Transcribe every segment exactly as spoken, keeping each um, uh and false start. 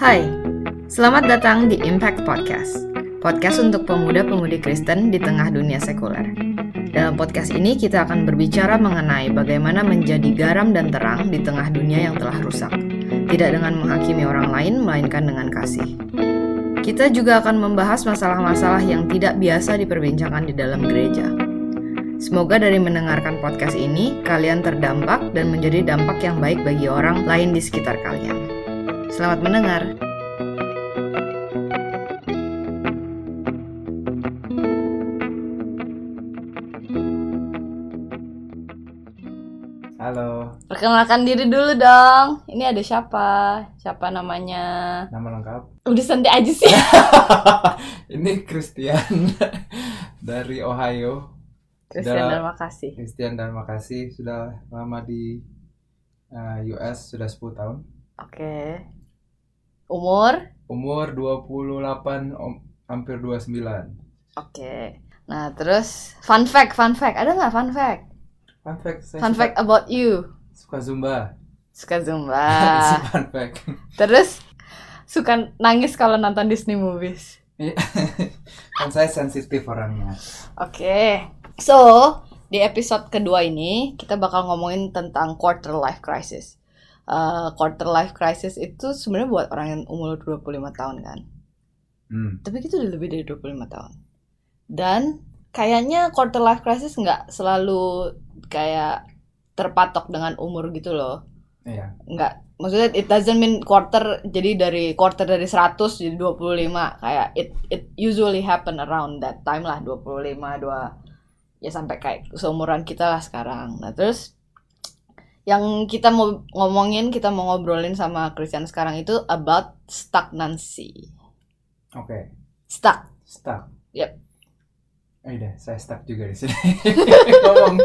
Hai, selamat datang di Impact Podcast, podcast untuk pemuda-pemudi Kristen di tengah dunia sekuler. Dalam podcast ini kita akan berbicara mengenai bagaimana menjadi garam dan terang di tengah dunia yang telah rusak, tidak dengan menghakimi orang lain, melainkan dengan kasih. Kita juga akan membahas masalah-masalah yang tidak biasa diperbincangkan di dalam gereja. Semoga dari mendengarkan podcast ini, kalian terdampak dan menjadi dampak yang baik bagi orang lain di sekitar kalian. Selamat mendengar. Halo. Perkenalkan diri dulu dong. Ini ada siapa? Siapa namanya? Nama lengkap? Udah santai aja sih. Ini Christian dari Ohio. Christian Sudah, dan makasih. Christian dan makasih sudah lama di uh, U S, sudah sepuluh tahun. Oke. Umur? Umur dua puluh delapan, om, hampir dua puluh sembilan. Oke. Nah, terus fun fact, fun fact. Ada nggak fun fact? Fun fact, saya Fun suka, fact about you. suka Zumba. Suka Itu Zumba. fun fact. Terus suka nangis kalau nonton Disney movies. Kan saya sensitif orangnya. Oke. So, di episode kedua ini kita bakal ngomongin tentang quarter life crisis. Uh, quarter life crisis itu sebenarnya buat orang yang umur dua puluh lima tahun kan. Hmm. Tapi itu udah lebih dari dua puluh lima tahun. Dan kayaknya quarter life crisis nggak selalu kayak terpatok dengan umur gitu loh. Iya. Nggak, maksudnya it doesn't mean quarter jadi dari quarter dari seratus jadi dua puluh lima. Kayak it it usually happen around that time lah, dua puluh lima, dua ya sampai kayak seumuran kita lah sekarang. Nah, terus yang kita mau ngomongin, kita mau ngobrolin sama Christian sekarang itu about stagnancy. Oke. Okay. Stuck. Stuck. Yep. Oh iya, saya stuck juga di sini. Ngomong.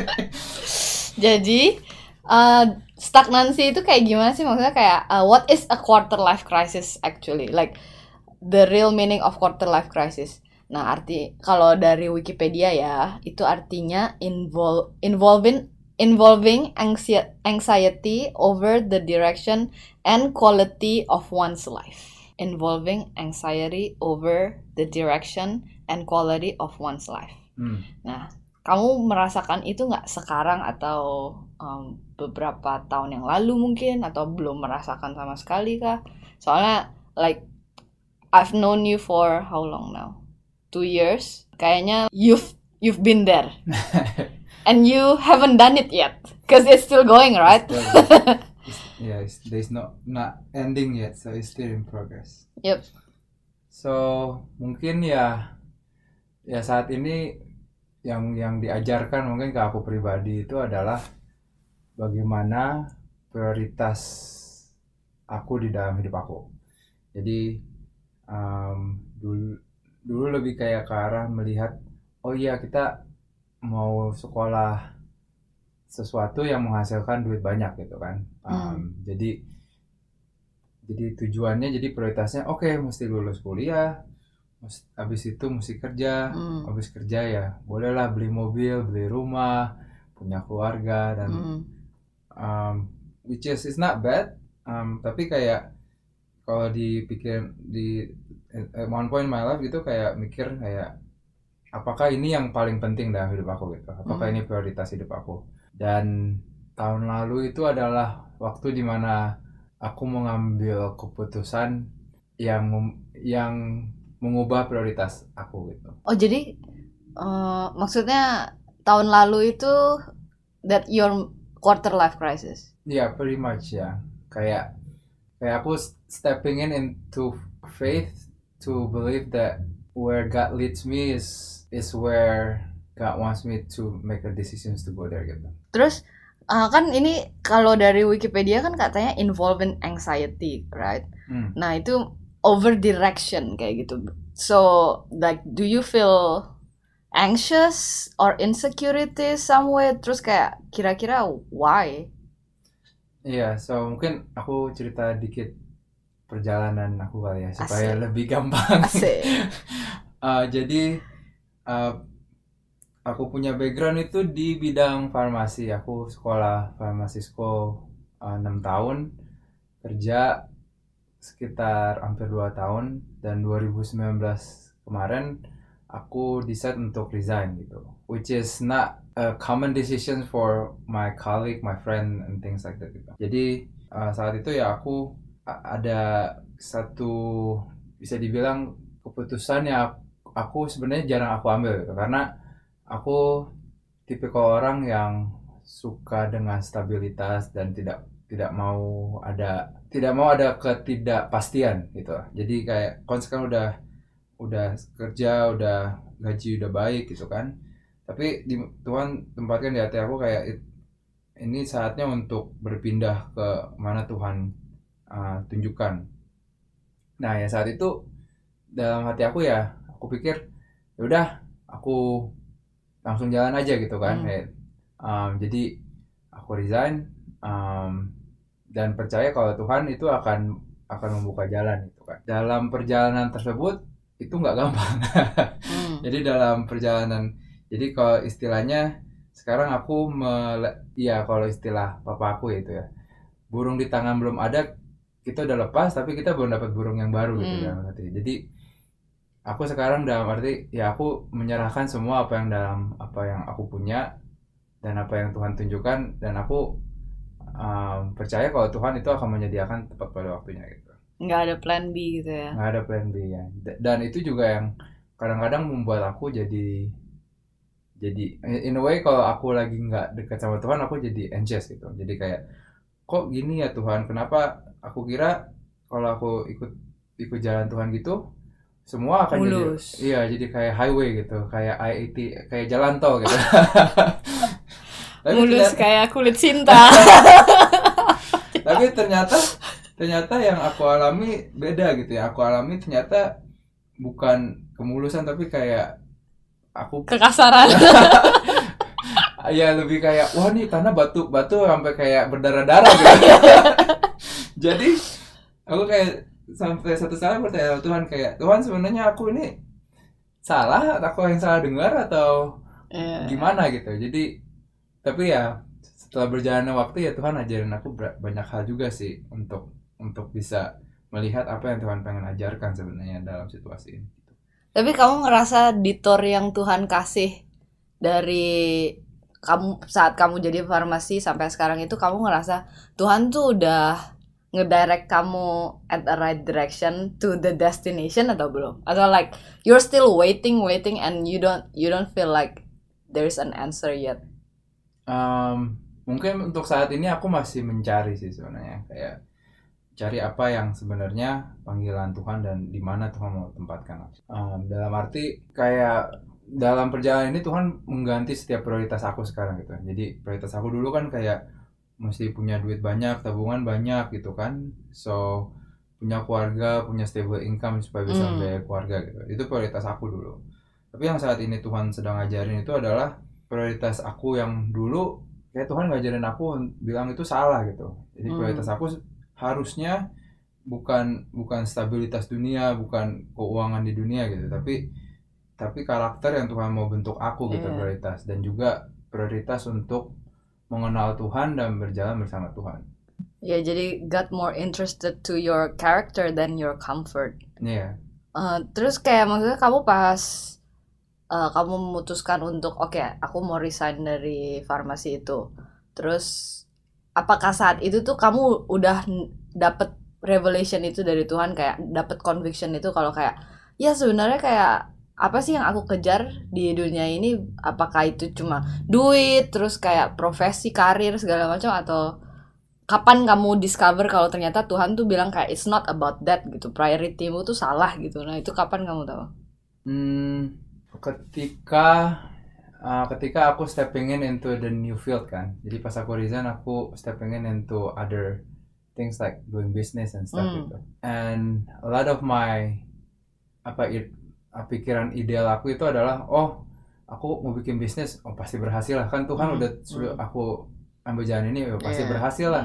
Jadi, uh, stagnancy itu kayak gimana sih? Maksudnya kayak, uh, what is a quarter life crisis actually? Like, the real meaning of quarter life crisis. Nah, arti, kalau dari Wikipedia ya, itu artinya invol- involving involving anxiety over the direction and quality of one's life. Involving anxiety over the direction and quality of one's life. Hmm. Nah, kamu merasakan itu nggak sekarang atau um, beberapa tahun yang lalu mungkin, atau belum merasakan sama sekali kah? Soalnya like I've known you for how long now? Two years. Kayaknya you've you've been there. And you haven't done it yet, because it's still going, right? It's still, it's, yeah, it's, there's no not ending yet, so it's still in progress. Yep. So mungkin ya, ya saat ini yang yang diajarkan mungkin ke aku pribadi itu adalah bagaimana prioritas aku di dalam hidup aku. Jadi um, dulu dulu lebih kayak ke arah melihat, oh iya kita mau sekolah sesuatu yang menghasilkan duit banyak gitu kan. Um, hmm. Jadi jadi tujuannya, jadi prioritasnya oke okay, mesti lulus kuliah, mesti, habis itu mesti kerja, hmm. habis kerja ya bolehlah beli mobil, beli rumah, punya keluarga dan hmm. um, which is it's not bad, um, tapi kayak kalau dipikir di at one point in my life gitu kayak mikir kayak apakah ini yang paling penting dalam hidup aku gitu? Apakah hmm. ini prioritas hidup aku? Dan tahun lalu itu adalah waktu dimana aku mengambil keputusan yang yang mengubah prioritas aku gitu. Oh jadi uh, maksudnya tahun lalu itu that your quarter life crisis? Yeah, pretty much ya. Yeah. Kayak kayak aku stepping in into faith to believe that where God leads me is is where God wants me to make the decisions to go there gitu. Terus uh, kan ini kalau dari Wikipedia kan katanya involving anxiety, right? Hmm. Nah itu over direction kayak gitu. So like do you feel anxious or insecurity somewhere? Terus kayak kira-kira why? Iya, yeah, so mungkin aku cerita dikit perjalanan aku kali ya supaya Asik. Lebih gampang. Asik. uh, jadi Uh, aku punya background itu di bidang farmasi. Aku sekolah farmasi school uh, enam tahun, kerja sekitar hampir dua tahun, dan dua ribu sembilan belas kemarin aku decide untuk resign gitu, which is not a common decision for my colleague, my friend and things like that gitu. Jadi uh, saat itu ya aku a- ada satu bisa dibilang keputusan yang aku sebenarnya jarang aku ambil gitu, karena aku tipikal orang yang suka dengan stabilitas dan tidak tidak mau ada tidak mau ada ketidakpastian gitu. Jadi kayak konsekuensi udah udah kerja, udah gaji udah baik gitu kan. Tapi di, Tuhan tempatkan di hati aku kayak it, ini saatnya untuk berpindah ke mana Tuhan uh, tunjukkan. Nah ya saat itu dalam hati aku ya aku pikir ya udah aku langsung jalan aja gitu kan. Hmm. Kayak, um, jadi aku resign um, dan percaya kalau Tuhan itu akan akan membuka jalan gitu kan. Dalam perjalanan tersebut itu nggak gampang. Hmm. Jadi dalam perjalanan, jadi kalau istilahnya sekarang aku mele, ya kalau istilah papa aku itu ya, burung di tangan belum ada, kita udah lepas tapi kita belum dapat burung yang baru gitu Hmm. dalam arti. Jadi aku sekarang dalam arti ya aku menyerahkan semua apa yang dalam apa yang aku punya dan apa yang Tuhan tunjukkan, dan aku um, percaya kalau Tuhan itu akan menyediakan tepat pada waktunya gitu. Nggak ada plan B gitu ya. Nggak ada plan B ya. D- dan itu juga yang kadang-kadang membuat aku jadi jadi in a way kalau aku lagi nggak dekat sama Tuhan aku jadi anxious gitu. Jadi kayak kok gini ya Tuhan, kenapa aku kira kalau aku ikut ikut jalan Tuhan gitu semua akan Mulus. jadi iya jadi kayak highway gitu, kayak I eighty, kayak jalan tol gitu. Tapi Mulus ternyata, kayak kulit cinta. tapi ternyata ternyata yang aku alami beda gitu ya. Aku alami ternyata bukan kemulusan tapi kayak aku Kekasaran. ya lebih kayak wah nih tanah batu-batu sampai kayak berdarah-darah gitu. Jadi aku kayak sampai satu saat bertanya Tuhan kayak Tuhan sebenarnya aku ini salah, aku yang salah dengar atau Yeah. gimana gitu. Jadi tapi ya setelah berjalannya waktu ya Tuhan ajarin aku banyak hal juga sih untuk untuk bisa melihat apa yang Tuhan pengen ajarkan sebenarnya dalam situasi ini. Tapi kamu ngerasa detour yang Tuhan kasih dari kamu saat kamu jadi farmasi sampai sekarang itu, kamu ngerasa Tuhan tuh udah ngedirect kamu at the right direction to the destination atau belum? Atau like you're still waiting waiting and you don't you don't feel like there's an answer yet? Um, mungkin untuk saat ini aku masih mencari sih sebenarnya, kayak cari apa yang sebenarnya panggilan Tuhan dan di mana Tuhan mau tempatkan. Um, dalam arti kayak dalam perjalanan ini Tuhan mengganti setiap prioritas aku sekarang gitu. Jadi prioritas aku dulu kan kayak mesti punya duit banyak, tabungan banyak gitu kan. So punya keluarga, punya stable income supaya bisa Hmm. membiayai keluarga gitu. Itu prioritas aku dulu. Tapi yang saat ini Tuhan sedang ngajarin itu adalah prioritas aku yang dulu kayak Tuhan ngajarin aku bilang itu salah gitu. Jadi Hmm. prioritas aku harusnya bukan bukan stabilitas dunia, bukan keuangan di dunia gitu, tapi tapi karakter yang Tuhan mau bentuk aku gitu. Yeah. Prioritas, dan juga prioritas untuk mengenal Tuhan dan berjalan bersama Tuhan. Ya, jadi God more interested to your character than your comfort. Iya. Uh, terus kayak maksudnya kamu pas uh, kamu memutuskan untuk oke, okay, aku mau resign dari farmasi itu. Terus apakah saat itu tuh kamu udah n- dapet revelation itu dari Tuhan, kayak dapet conviction itu kalau kayak ya sebenarnya kayak apa sih yang aku kejar di dunia ini? Apakah itu cuma duit, terus kayak profesi, karir segala macam, atau kapan kamu discover kalau ternyata Tuhan tuh bilang kayak it's not about that gitu, priority-mu tuh salah gitu. Nah, itu kapan kamu tahu? Hmm, ketika uh, ketika aku stepping in into the new field kan. Jadi pas aku resign aku stepping in into other things like doing business and stuff Hmm. gitu. And a lot of my apa i- pikiran ideal aku itu adalah oh aku mau bikin bisnis, oh pasti berhasil lah kan Tuhan Hmm. udah suruh aku ambil jalan ini, oh pasti Yeah. berhasil lah.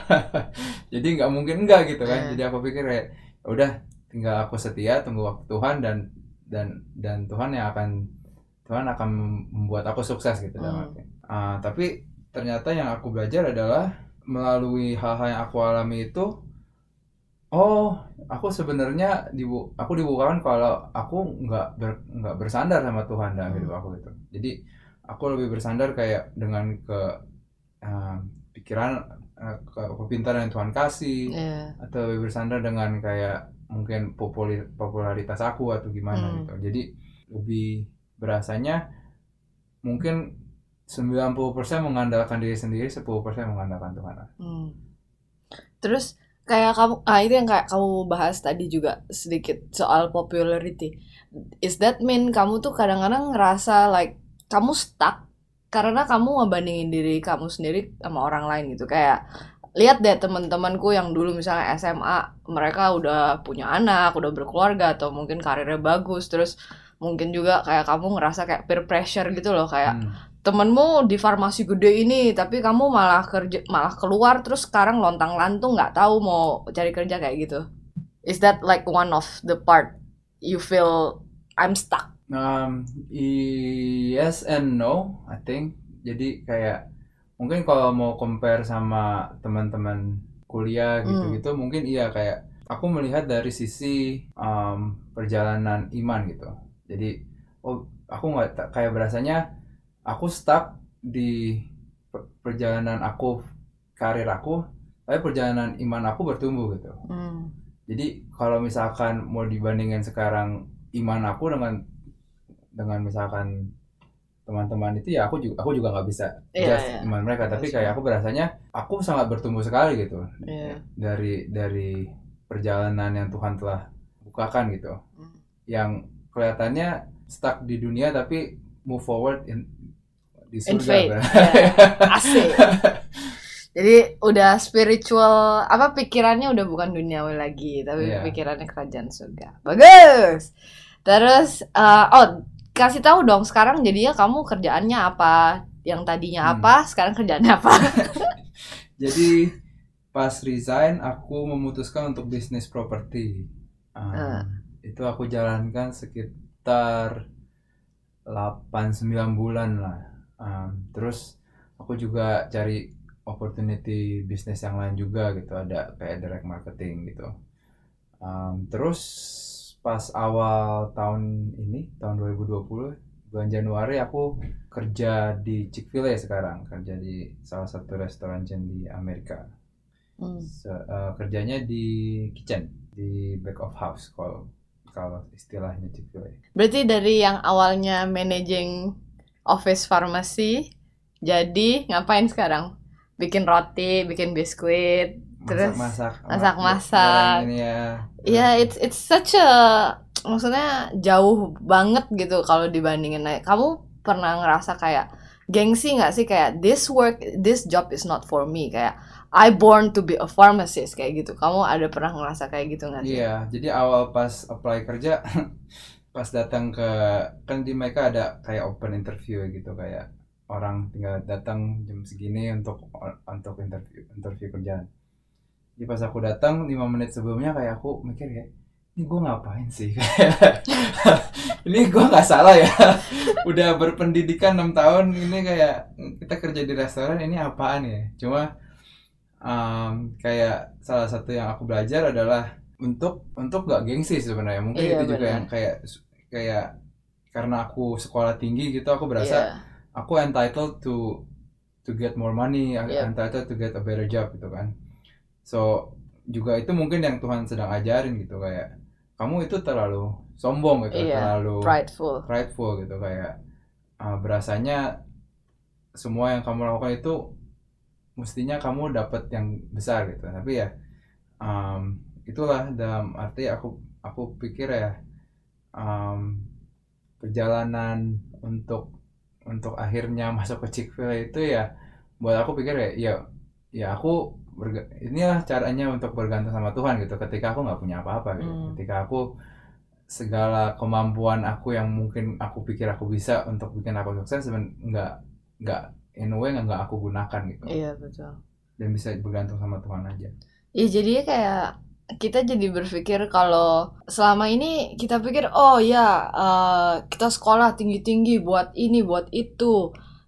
Jadi nggak mungkin enggak gitu kan. Yeah. Jadi aku pikir kayak "Ya udah tinggal aku setia tunggu waktu Tuhan dan dan dan Tuhan yang akan Tuhan akan membuat aku sukses gitu dalam Hmm. arti. Ah, tapi ternyata yang aku belajar adalah melalui hal-hal yang aku alami itu Oh, aku sebenarnya dibu aku dibukakan kalau aku nggak ber, nggak bersandar sama Tuhan dalam hidup aku itu. Jadi aku lebih bersandar kayak dengan ke uh, pikiran, uh, ke kepintaran yang Tuhan kasih, Iya. atau lebih bersandar dengan kayak mungkin populi- popularitas aku atau gimana Hmm. gitu. Jadi lebih berasanya mungkin sembilan puluh persen mengandalkan diri sendiri, sepuluh persen mengandalkan Tuhan. Hmm. Terus kayak kamu, ah itu yang kayak kamu bahas tadi juga sedikit soal popularity. Is that mean kamu tuh kadang-kadang ngerasa like kamu stuck karena kamu ngebandingin diri kamu sendiri sama orang lain gitu. Kayak lihat deh teman-temanku yang dulu misalnya S M A, mereka udah punya anak, udah berkeluarga atau mungkin karirnya bagus, terus mungkin juga kayak kamu ngerasa kayak peer pressure gitu loh, kayak Hmm. temenmu di farmasi gede ini tapi kamu malah kerja malah keluar terus sekarang lontang-lantung nggak tahu mau cari kerja kayak gitu. Is that like one of the part you feel I'm stuck? Um, yes and no, I think. Jadi kayak mungkin kalau mau compare sama teman-teman kuliah gitu-gitu, mungkin iya kayak aku melihat dari sisi um, perjalanan iman gitu. Jadi oh aku nggak ta- kayak berasanya aku stuck di per- perjalanan aku, karir aku, tapi perjalanan iman aku bertumbuh gitu. Hmm. Jadi kalau misalkan mau dibandingin sekarang iman aku dengan dengan misalkan teman-teman itu, ya aku juga aku juga nggak bisa Iya, judge iya. iman mereka, tapi Betul. kayak aku berasanya aku sangat bertumbuh sekali gitu. Iya. dari dari perjalanan yang Tuhan telah bukakan gitu, Hmm. yang kelihatannya stuck di dunia tapi move forward in di In surga. faith. Bro. Yeah. Asik. Jadi udah spiritual, apa pikirannya udah bukan duniawi lagi, tapi Iya. pikirannya kerajaan surga. Bagus. Terus uh, oh kasih tahu dong sekarang jadinya kamu kerjaannya apa? Yang tadinya Hmm. apa, sekarang kerjaannya apa? Jadi pas resign aku memutuskan untuk bisnis properti. Um, Uh. Itu aku jalankan sekitar delapan sembilan bulan lah. Um, terus aku juga cari opportunity bisnis yang lain juga gitu, ada kayak direct marketing gitu. Um, terus pas awal tahun ini, tahun dua ribu dua puluh, bulan Januari aku kerja di Chick-fil-A sekarang, kerja di salah satu restoran chain di Amerika. Hmm. Se- uh, kerjanya di kitchen, di back of house kalau kalau istilahnya Chick-fil-A. Berarti dari yang awalnya managing office pharmacy, jadi ngapain sekarang? Bikin roti, bikin biskuit, terus Masak-masak, masak-masak. ini ya. Ya, yeah, it's it's such a, maksudnya jauh banget gitu kalau dibandingin. Nah, kamu pernah ngerasa kayak gengsi nggak sih kayak this work, this job is not for me, kayak I born to be a pharmacist kayak gitu. Kamu ada pernah ngerasa kayak gitu nggak sih? Iya, jadi awal pas apply kerja, pas datang ke, kan di mereka ada kayak open interview gitu, kayak orang tinggal datang jam segini untuk untuk interview interview kerjaan. Jadi pas aku datang lima menit sebelumnya kayak aku mikir kayak, ini gue ngapain sih? Ini gue nggak salah ya? Udah berpendidikan enam tahun, ini kayak kita kerja di restoran, ini apaan ya? Cuma um, kayak salah satu yang aku belajar adalah untuk untuk gak gengsi sebenarnya. Mungkin Iya, itu juga benar. yang kayak kayak karena aku sekolah tinggi gitu, aku berasa Iya. aku entitled to to get more money, Yep. entitled to get a better job gitu kan. So juga itu mungkin yang Tuhan sedang ajarin gitu, kayak kamu itu terlalu sombong gitu, Iya, terlalu prideful. prideful gitu, kayak uh, berasanya semua yang kamu lakukan itu mestinya kamu dapat yang besar gitu. Tapi ya um, itulah, dalam arti aku aku pikir ya um, perjalanan untuk untuk akhirnya masuk ke Chick-fil-A itu ya buat aku pikir ya ya ya aku berga- inilah caranya untuk bergantung sama Tuhan gitu, ketika aku nggak punya apa-apa gitu. Hmm. Ketika aku segala kemampuan aku yang mungkin aku pikir aku bisa untuk bikin aku sukses, seben- nggak nggak in a way nggak aku gunakan gitu, Iya, betul. dan bisa bergantung sama Tuhan aja. Iya, jadi kayak kita jadi berpikir kalau selama ini kita pikir oh ya uh, kita sekolah tinggi-tinggi buat ini buat itu,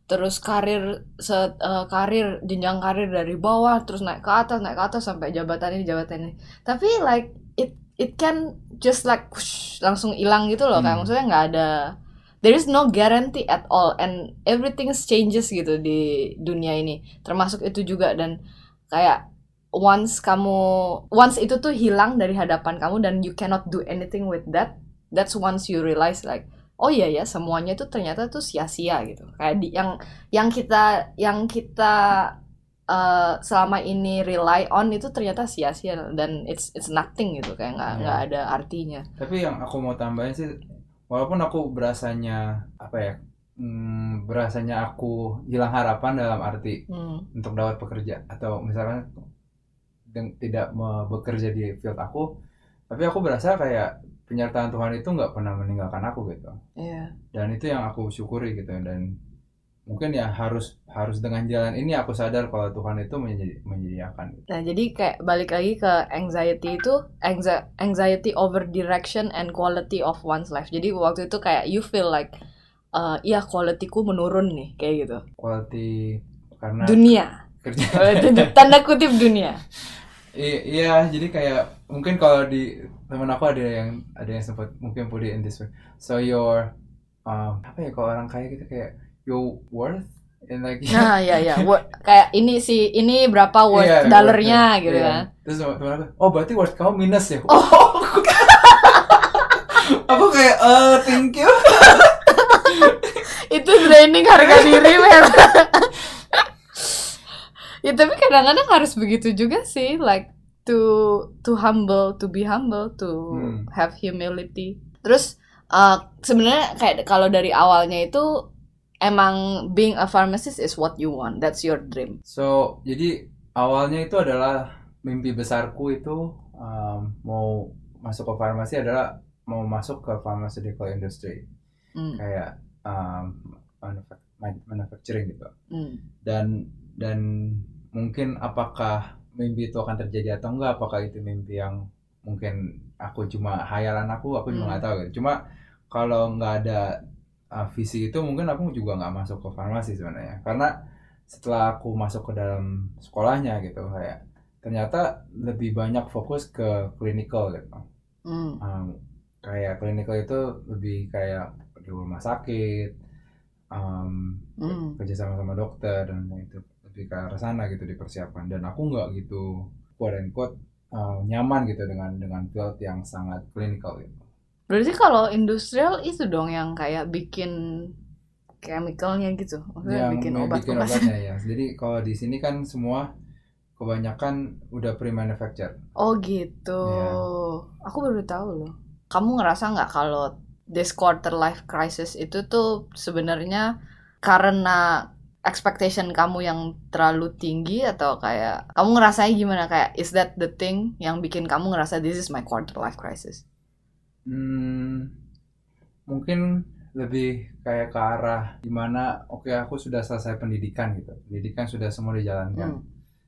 terus karir set, uh, karir jenjang karir dari bawah terus naik ke atas naik ke atas sampai jabatan ini jabatan ini. Tapi like it it can just like whoosh, langsung hilang gitu loh. Hmm. Kayak maksudnya nggak ada, there is no guarantee at all and everything changes gitu di dunia ini. Termasuk itu juga. Dan kayak once kamu once itu tuh hilang dari hadapan kamu dan you cannot do anything with that, that's once you realize like oh iya ya semuanya itu ternyata tuh sia-sia gitu. Kayak di, yang yang kita yang kita uh, selama ini rely on itu ternyata sia-sia dan it's it's nothing gitu, kayak nggak nggak yeah. ada artinya. Tapi yang aku mau tambahin sih, walaupun aku berasanya apa ya, hmm, berasanya aku hilang harapan dalam arti hmm. untuk dapat pekerja atau misalkan deng- tidak bekerja di field aku, tapi aku berasa kayak penyertaan Tuhan itu nggak pernah meninggalkan aku gitu. Yeah. Dan itu yang aku syukuri gitu. Dan mungkin ya harus harus dengan jalan ini aku sadar kalau Tuhan itu menyedi- menyediakan. Gitu. Nah jadi kayak balik lagi ke anxiety itu anxi- anxiety over direction and quality of one's life. Jadi waktu itu kayak you feel like uh, iya quality-ku menurun nih kayak gitu. Quality karena dunia. Kerja. Tanda kutip dunia. I- iya jadi kayak mungkin kalau di teman aku ada yang ada yang sempat mungkin put it in this way. So your um, apa ya kalau orang kaya gitu kayak your worth and like nah ya ya worth, kayak ini sih ini berapa worth yeah, dollarnya worth, gitu yeah. kan. Terus teman aku, oh berarti worth kamu minus ya? Oh. Aku kayak uh thank you. Itu draining harga diri men. Ya tapi kadang-kadang harus begitu juga sih, like to to humble, to be humble, to hmm. have humility. Terus uh, sebenarnya kayak kalau dari awalnya itu emang being a pharmacist is what you want, that's your dream. So jadi awalnya itu adalah mimpi besarku itu um, mau masuk ke farmasi adalah mau masuk ke pharmaceutical industry, hmm. kayak um, manufacturing gitu. Hmm. Dan dan mungkin apakah mimpi itu akan terjadi atau enggak, apakah itu mimpi yang mungkin aku cuma hayalan aku, aku juga nggak hmm. tahu gitu. Cuma kalau nggak ada uh, visi itu mungkin aku juga nggak masuk ke farmasi sebenarnya. Karena setelah aku masuk ke dalam sekolahnya gitu, kayak ternyata lebih banyak fokus ke clinical gitu. Hmm. Um, kayak clinical itu lebih kayak di rumah sakit, um, hmm. kerja sama sama dokter dan itu ke arah sana gitu dipersiapkan. Dan aku nggak gitu quote and quote uh, nyaman gitu dengan dengan field yang sangat clinical gitu. Berarti kalau industrial itu dong yang kayak bikin chemicalnya gitu, maksudnya yang bikin obat bikin obatnya ya. Jadi kalau di sini kan semua kebanyakan udah pre-manufactured. Oh gitu. Ya. Aku baru tahu loh. Kamu ngerasa nggak kalau this quarter life crisis itu tuh sebenarnya karena expectation kamu yang terlalu tinggi atau kayak kamu ngerasanya gimana, kayak is that the thing yang bikin kamu ngerasa this is my quarter life crisis? Hmm, mungkin lebih kayak ke arah dimana oke okay, aku sudah selesai pendidikan gitu, pendidikan sudah semua dijalankan, hmm.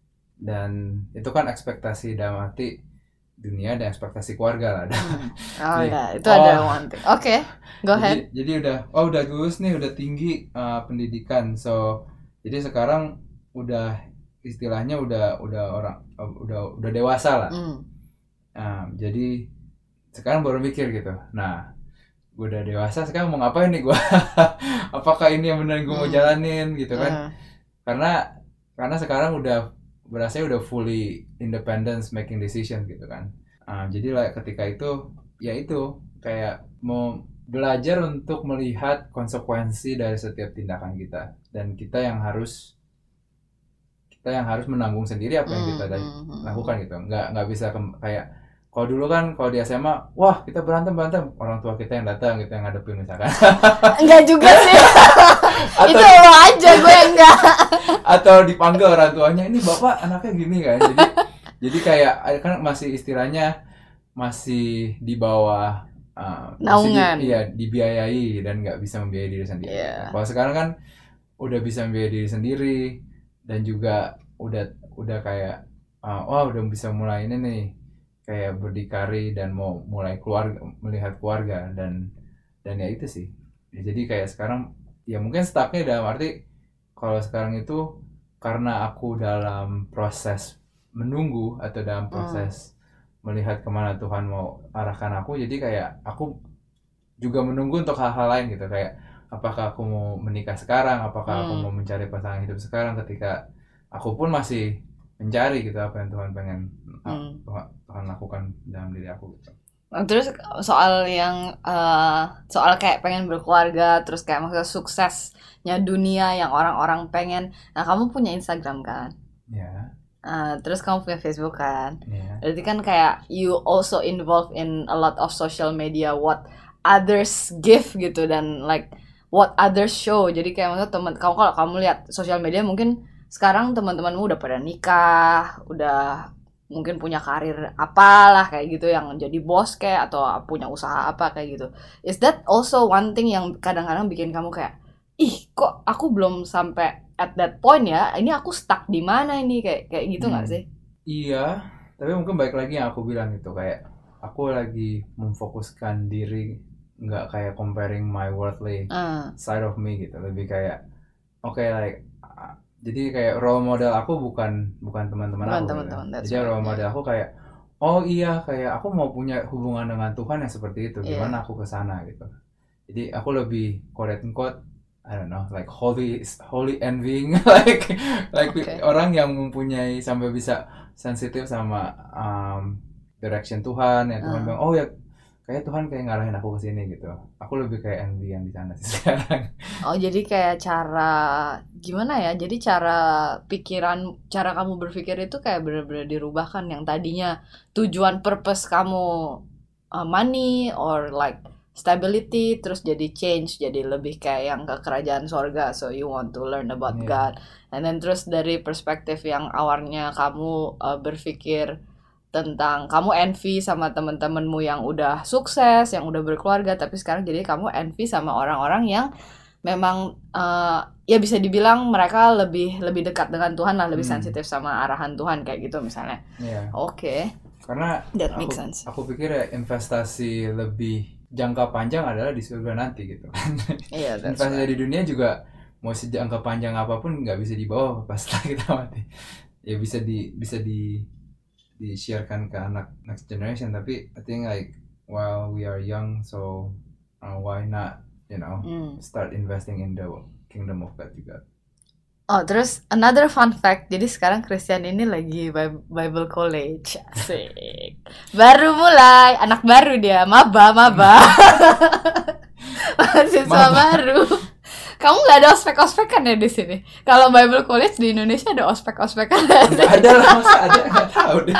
dan itu kan ekspektasi dalam arti dunia dan ekspektasi keluarga lah. Hmm. Oh ya itu oh, ada one thing. Oke, okay, go ahead. Jadi, jadi udah oh udah lulus nih, udah tinggi uh, pendidikan, so jadi sekarang udah istilahnya udah udah orang uh, udah udah dewasa lah. Mm. Nah, jadi sekarang baru mikir gitu. Nah, gue udah dewasa sekarang mau ngapain nih gue? Apakah ini yang benar gue mm. mau jalanin gitu kan? Mm. Karena karena sekarang udah berasa udah fully independence making decision gitu kan. Nah, jadi lah ketika itu ya itu kayak mau belajar untuk melihat konsekuensi dari setiap tindakan kita, dan kita yang harus kita yang harus menanggung sendiri apa yang kita mm, lakukan gitu. Nggak nggak bisa ke, kayak kalau dulu kan kalau di S M A wah kita berantem berantem orang tua kita yang datang, kita yang ngadepin misalkan. Enggak juga sih. Itu lo aja, gue enggak. Atau dipanggil orang tuanya, ini bapak anaknya gini kan. Jadi jadi kayak kan masih istilahnya masih di bawah Uh, naungan, di, iya dibiayai dan nggak bisa membiayai diri sendiri. Yeah. Kalau sekarang kan udah bisa membiayai diri sendiri dan juga udah udah kayak uh, wah udah bisa mulai ini nih kayak berdikari dan mau mulai keluarga, melihat keluarga dan dan ya itu sih. Ya, jadi kayak sekarang ya mungkin stucknya dalam arti kalau sekarang itu karena aku dalam proses menunggu atau dalam proses hmm. melihat kemana Tuhan mau arahkan aku, jadi kayak aku juga menunggu untuk hal-hal lain gitu, kayak apakah aku mau menikah sekarang, apakah hmm. aku mau mencari pasangan hidup sekarang, ketika aku pun masih mencari gitu apa yang Tuhan pengen hmm. Tuhan, Tuhan lakukan dalam diri aku gitu. Terus soal yang uh, soal kayak pengen berkeluarga, terus kayak maksudnya suksesnya dunia yang orang-orang pengen. Nah, kamu punya Instagram kan? Iya. Yeah. Uh, terus kamu punya Facebook kan? Iya. Yeah. Berarti kan kayak you also involved in a lot of social media, what others give gitu, dan like what others show. Jadi kayak maksudnya teman kamu, kalau kamu lihat sosial media, mungkin sekarang teman-temanmu udah pada nikah, udah mungkin punya karir apalah kayak gitu, yang jadi bos kayak atau punya usaha apa kayak gitu. Is that also one thing yang kadang-kadang bikin kamu kayak, ih kok aku belum sampai at that point ya? Ini aku stuck di mana ini, kayak kayak gitu nggak hmm. sih? Iya, tapi mungkin balik lagi yang aku bilang itu, kayak aku lagi memfokuskan diri, nggak kayak comparing my worldly uh. side of me gitu, lebih kayak oke okay, like jadi kayak role model aku bukan bukan teman-teman aku, teman-teman, gitu. Jadi role model yeah. aku kayak oh iya kayak aku mau punya hubungan dengan Tuhan yang seperti itu, gimana yeah. aku kesana gitu. Jadi aku lebih quote unquote I don't know like holy holy envying like like okay. orang yang mempunyai sampai bisa sensitif sama um, direction Tuhan ya, Tuhan uh. bilang oh ya kayak Tuhan kayak ngarahin aku ke sini gitu. Aku lebih kayak envy yang di sana sih sekarang. Oh, jadi kayak cara gimana ya? Jadi cara pikiran, cara kamu berpikir itu kayak benar-benar dirubahkan, yang tadinya tujuan purpose kamu uh, money or like stability, terus jadi change, jadi lebih kayak yang ke kerajaan sorga. So you want to learn about yeah. God. And then terus dari perspektif yang awalnya kamu uh, berpikir tentang kamu envy sama teman-temanmu yang udah sukses, yang udah berkeluarga, tapi sekarang jadi kamu envy sama orang-orang yang memang uh, ya bisa dibilang mereka lebih lebih dekat dengan Tuhan lah, lebih hmm. sensitif sama arahan Tuhan kayak gitu misalnya. Yeah. Oke. Okay. Karena That aku, makes sense. aku pikir ya investasi lebih jangka panjang adalah di surga nanti gitu. Iya. Yeah, investasi right. di dunia juga mau sejangka panjang apapun nggak bisa dibawa pas kita mati. Ya bisa di bisa di di-sharekan ke anak next generation, tapi I think like while we are young, so uh, why not you know mm. start investing in the kingdom of God juga. Oh, terus another fun fact, jadi sekarang Christian ini lagi Bible College, asik, baru mulai, anak baru dia, maba maba, mahasiswa baru. Kamu nggak ada ospek-ospekan ya di sini? Kalau Bible College di Indonesia ada ospek-ospekan? Nggak ada lah, masa ada, nggak tahu deh.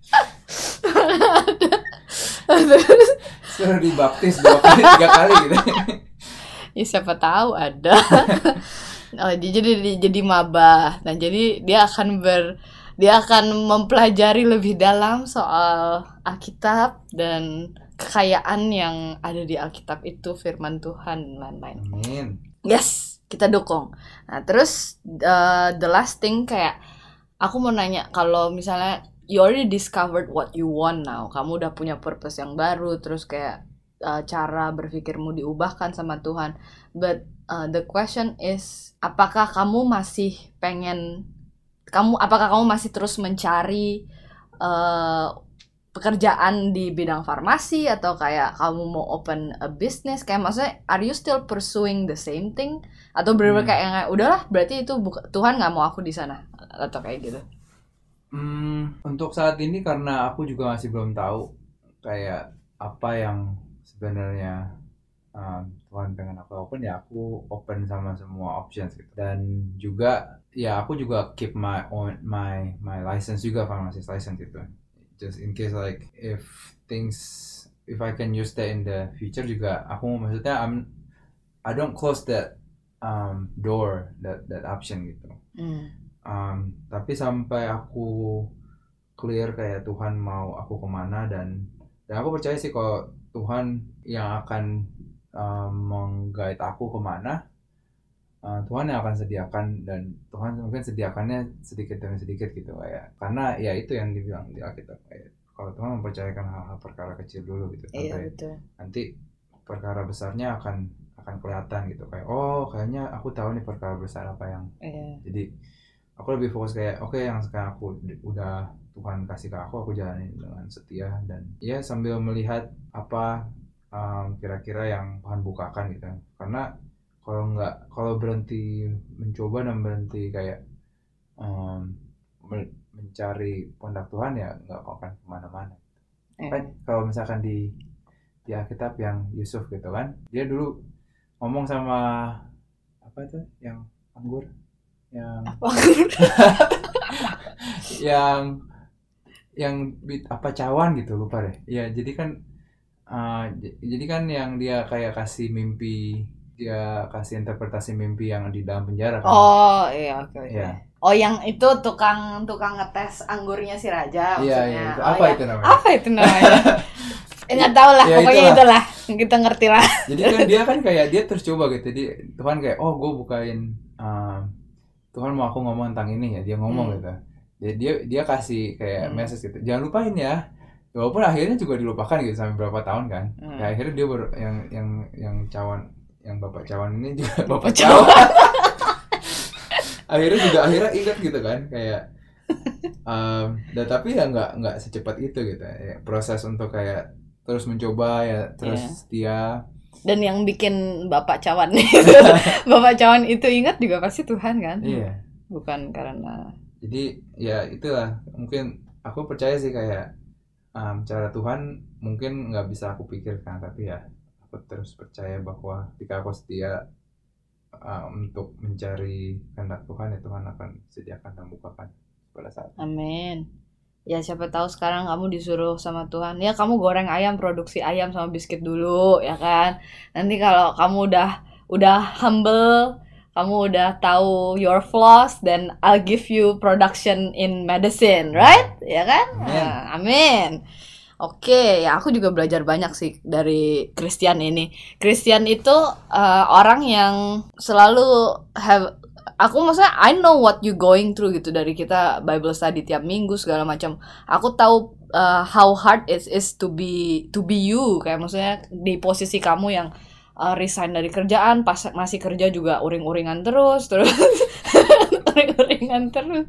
Suruh dibaptis dua kali, tiga kali gitu. Ya siapa tahu ada. Oh, jadi jadi jadi maba. Nah jadi dia akan ber dia akan mempelajari lebih dalam soal Alkitab dan kekayaan yang ada di Alkitab itu, firman Tuhan dan lain-lain. Amin. Yes, kita dukung. Nah, terus uh, the last thing, kayak aku mau nanya, kalau misalnya you already discovered what you want now, kamu udah punya purpose yang baru, terus kayak uh, cara berpikirmu diubahkan sama Tuhan. But uh, the question is, apakah kamu masih pengen kamu apakah kamu masih terus mencari uh, pekerjaan di bidang farmasi, atau kayak kamu mau open a business, kayak maksudnya are you still pursuing the same thing, atau bener-bener hmm. kayak yang udahlah berarti itu buka, Tuhan nggak mau aku di sana, atau kayak gitu? Hmm, untuk saat ini karena aku juga masih belum tahu kayak apa yang sebenarnya um, Tuhan pengen aku open, ya aku open sama semua options gitu. Dan juga ya aku juga keep my own my my license juga, pharmacist license gitu. Just in case like if things if I can use that in the future juga, aku maksudnya I'm I don't close that um, door that that option gitu. Mm. Um, tapi sampai aku clear kayak Tuhan mau aku kemana, dan dan aku percaya sih kalau Tuhan yang akan um, meng-guide aku kemana, uh, Tuhan yang akan sediakan, dan Tuhan mungkin sediakannya sedikit demi sedikit gitu kayak, karena ya itu yang dibilang di Alkitab kayak kalau Tuhan mempercayakan hal-hal perkara kecil dulu gitu, sampai iya, betul. Nanti perkara besarnya akan akan kelihatan gitu, kayak oh kayaknya aku tahu nih perkara besar apa yang Iya. jadi aku lebih fokus kayak oke okay, yang sekarang aku udah Tuhan kasih ke aku, aku jalanin dengan setia dan ya sambil melihat apa um, kira-kira yang Tuhan bukakan gitu. Karena kalau nggak, kalau berhenti mencoba dan berhenti kayak um, mencari pundak Tuhan ya nggak akan kemana-mana. Iya. Kan kalau misalkan di di Alkitab yang Yusuf gitu kan, dia dulu ngomong sama apa tuh yang anggur yang yang yang apa cawan gitu, lupa deh ya. Jadi kan uh, jadi kan yang dia kayak kasih mimpi, dia kasih interpretasi mimpi yang di dalam penjara kan. Oh iya oke okay, ya. Oh yang itu tukang tukang ngetes anggurnya si raja maksudnya. Iya, iya. Oh, apa ya. itu namanya? Apa itu namanya? Nggak tahu lah, ya, pokoknya itulah. itulah kita ngerti lah. Jadi kan dia kan kayak dia terus coba gitu, dia Tuhan kayak oh gue bukain uh, Tuhan mau aku ngomong tentang ini ya, dia ngomong hmm. gitu. Dia dia dia kasih kayak hmm. message gitu, jangan lupain ya. Walaupun akhirnya juga dilupakan gitu sampai berapa tahun kan. Hmm. Ya, akhirnya dia baru yang yang yang cawan, yang bapak cawan ini juga bapak cawan. akhirnya juga akhirnya ingat gitu kan kayak um, dan tapi ya nggak nggak secepat itu gitu ya, proses untuk kayak terus mencoba ya terus yeah. setia. Dan yang bikin bapak cawan bapak cawan itu ingat juga pasti Tuhan kan. Iya yeah. Bukan karena jadi ya itulah mungkin aku percaya sih kayak um, cara Tuhan mungkin nggak bisa aku pikirkan, tapi ya aku terus percaya bahwa ketika aku setia uh, untuk mencari kehendak Tuhan ya Tuhan akan sediakan dan bukakan pada saat. Amin. Ya siapa tahu sekarang kamu disuruh sama Tuhan, ya kamu goreng ayam, produksi ayam sama biskuit dulu ya kan. Nanti kalau kamu udah udah humble, kamu udah tahu your flaws, then I'll give you production in medicine, right? Ya kan? Amin. Nah, amin. Oke, ya aku juga belajar banyak sih dari Christian ini. Christian itu uh, orang yang selalu have aku maksudnya I know what you going through gitu, dari kita Bible study tiap minggu segala macam. Aku tahu uh, how hard it is to be to be you, kayak maksudnya di posisi kamu yang uh, resign dari kerjaan, pas masih kerja juga uring-uringan terus terus uring-uringan terus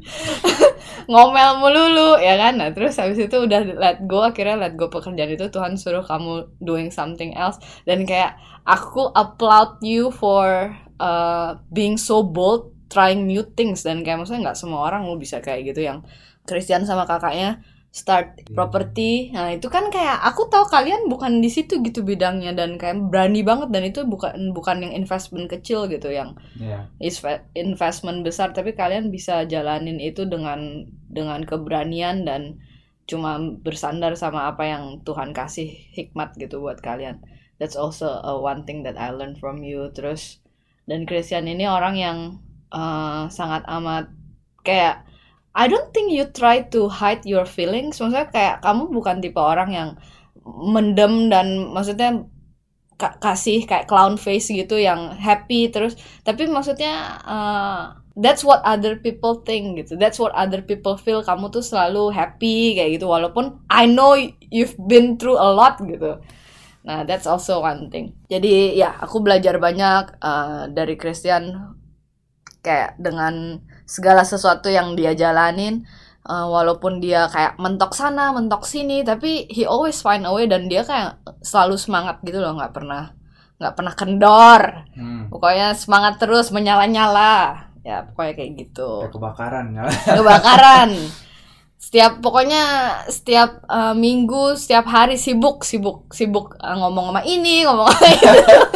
ngomel melulu ya kan. Nah terus habis itu udah let go, akhirnya let go pekerjaan itu, Tuhan suruh kamu doing something else. Dan kayak aku applaud you for uh, being so bold trying new things. Dan kayak maksudnya nggak semua orang lo bisa kayak gitu. Yang Christian sama kakaknya start property, nah itu kan kayak aku tahu kalian bukan di situ gitu bidangnya, dan kayak berani banget. Dan itu bukan bukan yang investment kecil gitu, yang yeah. investment besar, tapi kalian bisa jalanin itu dengan dengan keberanian dan cuma bersandar sama apa yang Tuhan kasih hikmat gitu buat kalian. That's also a one thing that I learned from you. Terus dan Christian ini orang yang uh, sangat amat kayak I don't think you try to hide your feelings. Maksudnya kayak kamu bukan tipe orang yang mendem dan maksudnya ka- kasih kayak clown face gitu yang happy terus. Tapi maksudnya uh, that's what other people think gitu. That's what other people feel. Kamu tuh selalu happy kayak gitu. Walaupun I know you've been through a lot gitu. Nah that's also one thing. Jadi ya aku belajar banyak uh, dari Christian, kayak dengan segala sesuatu yang dia jalanin, uh, walaupun dia kayak mentok sana mentok sini, tapi he always find a way. Dan dia kayak selalu semangat gitu loh, nggak pernah nggak pernah kendor. hmm. Pokoknya semangat terus, menyala-nyala ya, pokoknya kayak gitu. Kayak kebakaran kebakaran setiap pokoknya setiap uh, minggu, setiap hari sibuk sibuk sibuk uh, ngomong sama ini ngomong sama itu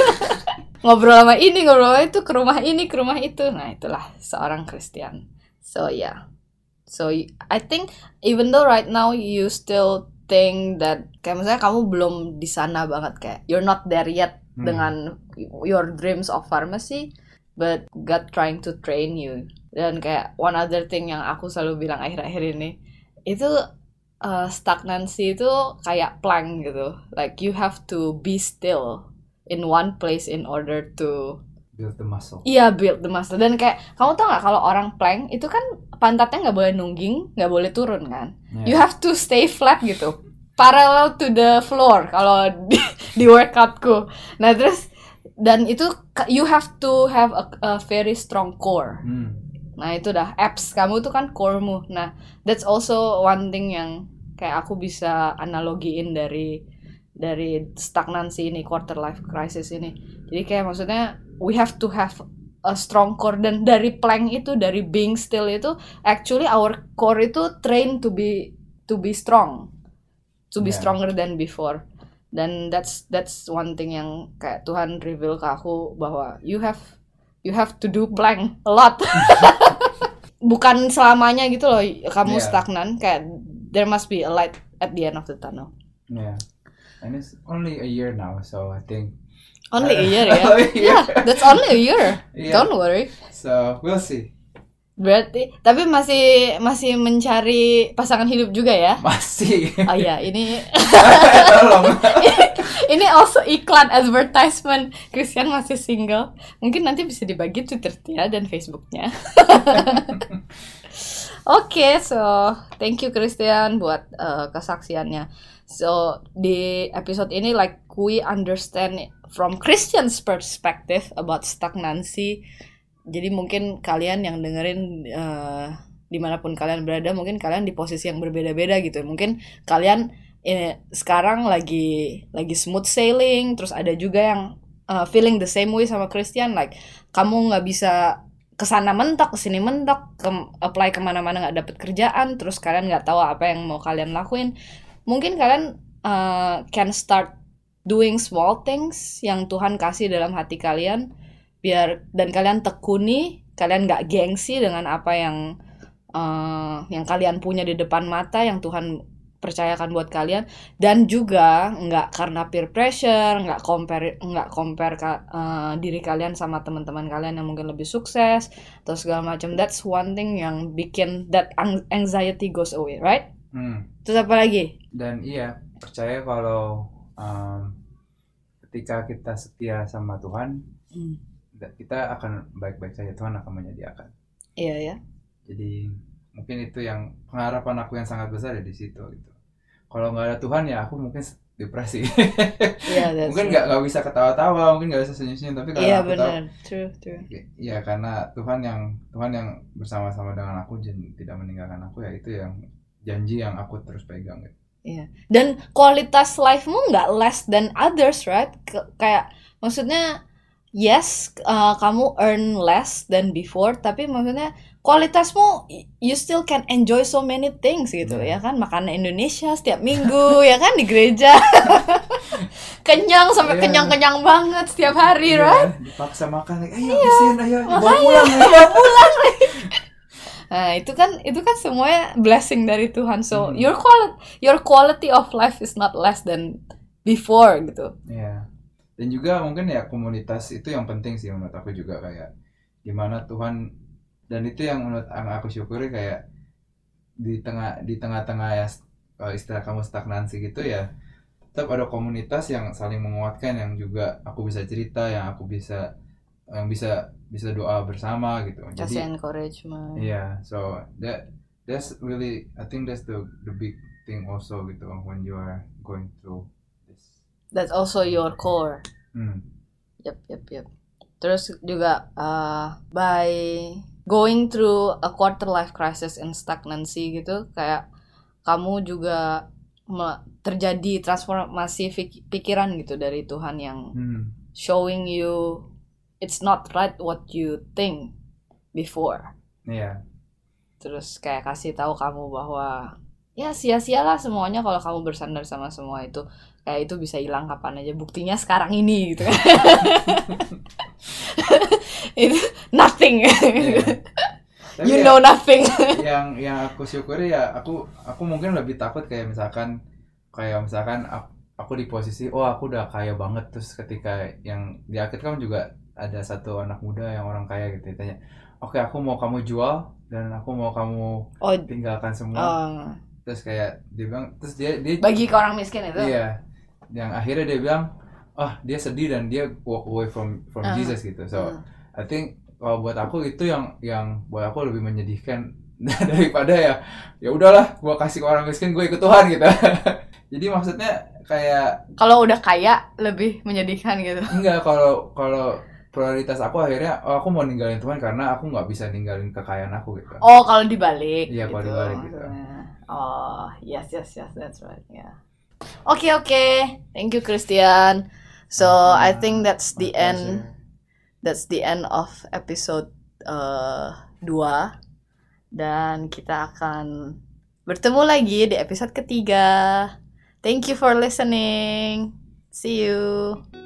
ngobrol sama ini, ngobrol sama itu, ke rumah ini, ke rumah itu. Nah, itulah seorang Christian. So, yeah. So, I think even though right now you still think that kayak misalnya kamu belum di sana banget, kayak you're not there yet hmm. dengan your dreams of pharmacy, but God trying to train you. Dan kayak one other thing yang aku selalu bilang akhir-akhir ini, itu uh, stagnancy itu kayak plank gitu. Like you have to be still in one place in order to build the muscle. Iya, build the muscle. Dan kayak kamu tau nggak kalau orang plank itu kan pantatnya nggak boleh nungging, nggak boleh turun kan. Yeah. You have to stay flat gitu, parallel to the floor kalau di, di workoutku. Nah terus dan itu you have to have a, a very strong core. Hmm. Nah itu dah apps kamu tuh kan core-mu. Nah that's also one thing yang kayak aku bisa analogiin dari dari stagnansi ini, quarter life crisis ini. Jadi kayak maksudnya we have to have a strong core, dan dari plank itu, dari being still itu, actually our core itu trained to be to be strong, to be Yeah. stronger than before. Dan that's that's one thing yang kayak Tuhan reveal ke aku bahwa you have you have to do plank a lot. Bukan selamanya gitu loh kamu Yeah. stagnan, kayak there must be a light at the end of the tunnel. Yeah. And it's only a year now, so I think Only a year ya? Oh, iya. Yeah, that's only a year. Yeah. Don't worry. So we'll see. Berarti, tapi masih masih mencari pasangan hidup juga ya? Masih. Oh iya, ini Tolong. ini also iklan advertisement. Christian masih single. Mungkin nanti bisa dibagi Twitternya dan Facebooknya. Oke, okay, so thank you Christian buat uh, kesaksiannya. So di episode ini like we understand from Christian's perspective about stagnancy. Jadi mungkin kalian yang dengerin uh, dimanapun kalian berada, mungkin kalian di posisi yang berbeda-beda gitu. Mungkin kalian ini sekarang lagi lagi smooth sailing, terus ada juga yang uh, feeling the same way sama Christian, like kamu nggak bisa kesana mentok, kesini mentok, ke, apply kemana-mana nggak dapet kerjaan, terus kalian nggak tahu apa yang mau kalian lakuin. Mungkin kalian uh, can start doing small things yang Tuhan kasih dalam hati kalian, biar dan kalian tekuni, kalian nggak gengsi dengan apa yang uh, yang kalian punya di depan mata, yang Tuhan percayakan buat kalian, dan juga nggak karena peer pressure, nggak compare nggak compare uh, diri kalian sama teman-teman kalian yang mungkin lebih sukses atau segala macam. That's one thing yang bikin that anxiety goes away, right? Hmm. Terus apa lagi? Dan iya, percaya kalau um, ketika kita setia sama Tuhan, Hmm. kita akan baik-baik saja. Tuhan akan menyediakan. Iya ya. Jadi mungkin itu yang pengharapan aku yang sangat besar ya di situ gitu. Kalau nggak ada Tuhan ya aku mungkin depresi. Yeah, that's mungkin right. nggak nggak bisa ketawa-tawa, mungkin nggak bisa senyum-senyum, tapi karena Iya aku benar, tahu, true true. ya karena Tuhan yang Tuhan yang bersama-sama dengan aku dan tidak meninggalkan aku, ya itu yang janji yang aku terus pegang gitu. Iya. Dan kualitas life-mu nggak less than others, right? K- kayak maksudnya yes, uh, kamu earn less than before, tapi maksudnya kualitasmu you still can enjoy so many things gitu Hmm. ya kan, makanan Indonesia setiap minggu ya kan di gereja. Kenyang sampai Iya. kenyang-kenyang banget setiap hari, Iya, right? dipaksa makan, like, ayo habisin, ayo bawa Makanya, pulang ya. bawa pulang. Nah, itu kan itu kan semuanya blessing dari Tuhan. So, Hmm. your quality your quality of life is not less than before gitu. Iya. Dan juga mungkin ya komunitas itu yang penting sih menurut aku juga, kayak gimana Tuhan, dan itu yang menurut yang aku syukuri, kayak di tengah di tengah-tengah ya kalau istilah kamu stagnansi gitu ya, tetap ada komunitas yang saling menguatkan, yang juga aku bisa cerita, yang aku bisa yang bisa bisa doa bersama gitu. Kasih Jadi encouragement. iya, so that that's really, I think that's the the big thing also gitu when you are going through this. That's also your core. Hmm. Yep, yep, yep. Terus juga uh, by going through a quarter life crisis and stagnancy gitu, kayak kamu juga me- terjadi transformasi fik- pikiran gitu dari Tuhan yang Hmm. showing you it's not right what you think before. Iya. Terus kayak kasih tahu kamu bahwa ya sia-sialah semuanya kalau kamu bersandar sama semua itu. Kayak itu bisa hilang kapan aja. Buktinya sekarang ini gitu kan. Itu nothing. Iya. Tapi You ya, know nothing. yang yang aku syukuri ya, aku aku mungkin lebih takut kayak misalkan kayak misalkan aku, aku di posisi oh aku udah kaya banget, terus ketika yang di akhir kan juga ada satu anak muda yang orang kaya gitu, ditanya, oke aku mau kamu jual dan aku mau kamu Oh, tinggalkan semua, oh. terus kayak dia bilang, terus dia dia Bagi ke orang miskin itu. iya, yang akhirnya dia bilang, oh dia sedih dan dia walk away from from Uh, Jesus gitu. So uh. I think kalau buat aku itu yang yang buat aku lebih menyedihkan daripada ya ya udahlah gue kasih ke orang miskin, gue ikut Tuhan gitu. Jadi maksudnya kayak kalau udah kaya lebih menyedihkan gitu. enggak, kalau kalau prioritas aku akhirnya oh aku mau ninggalin Tuhan karena aku nggak bisa ninggalin kekayaan aku gitu. Oh, kalau dibalik. Iya, kalau gitu. dibalik gitu. Oh, yes, yes, yes, that's right. Yeah. Oke, okay, oke. Okay. Thank you, Christian. So, uh, I think that's the end. That's the end of episode uh, dua. Dan kita akan bertemu lagi di episode ketiga. Thank you for listening. See you.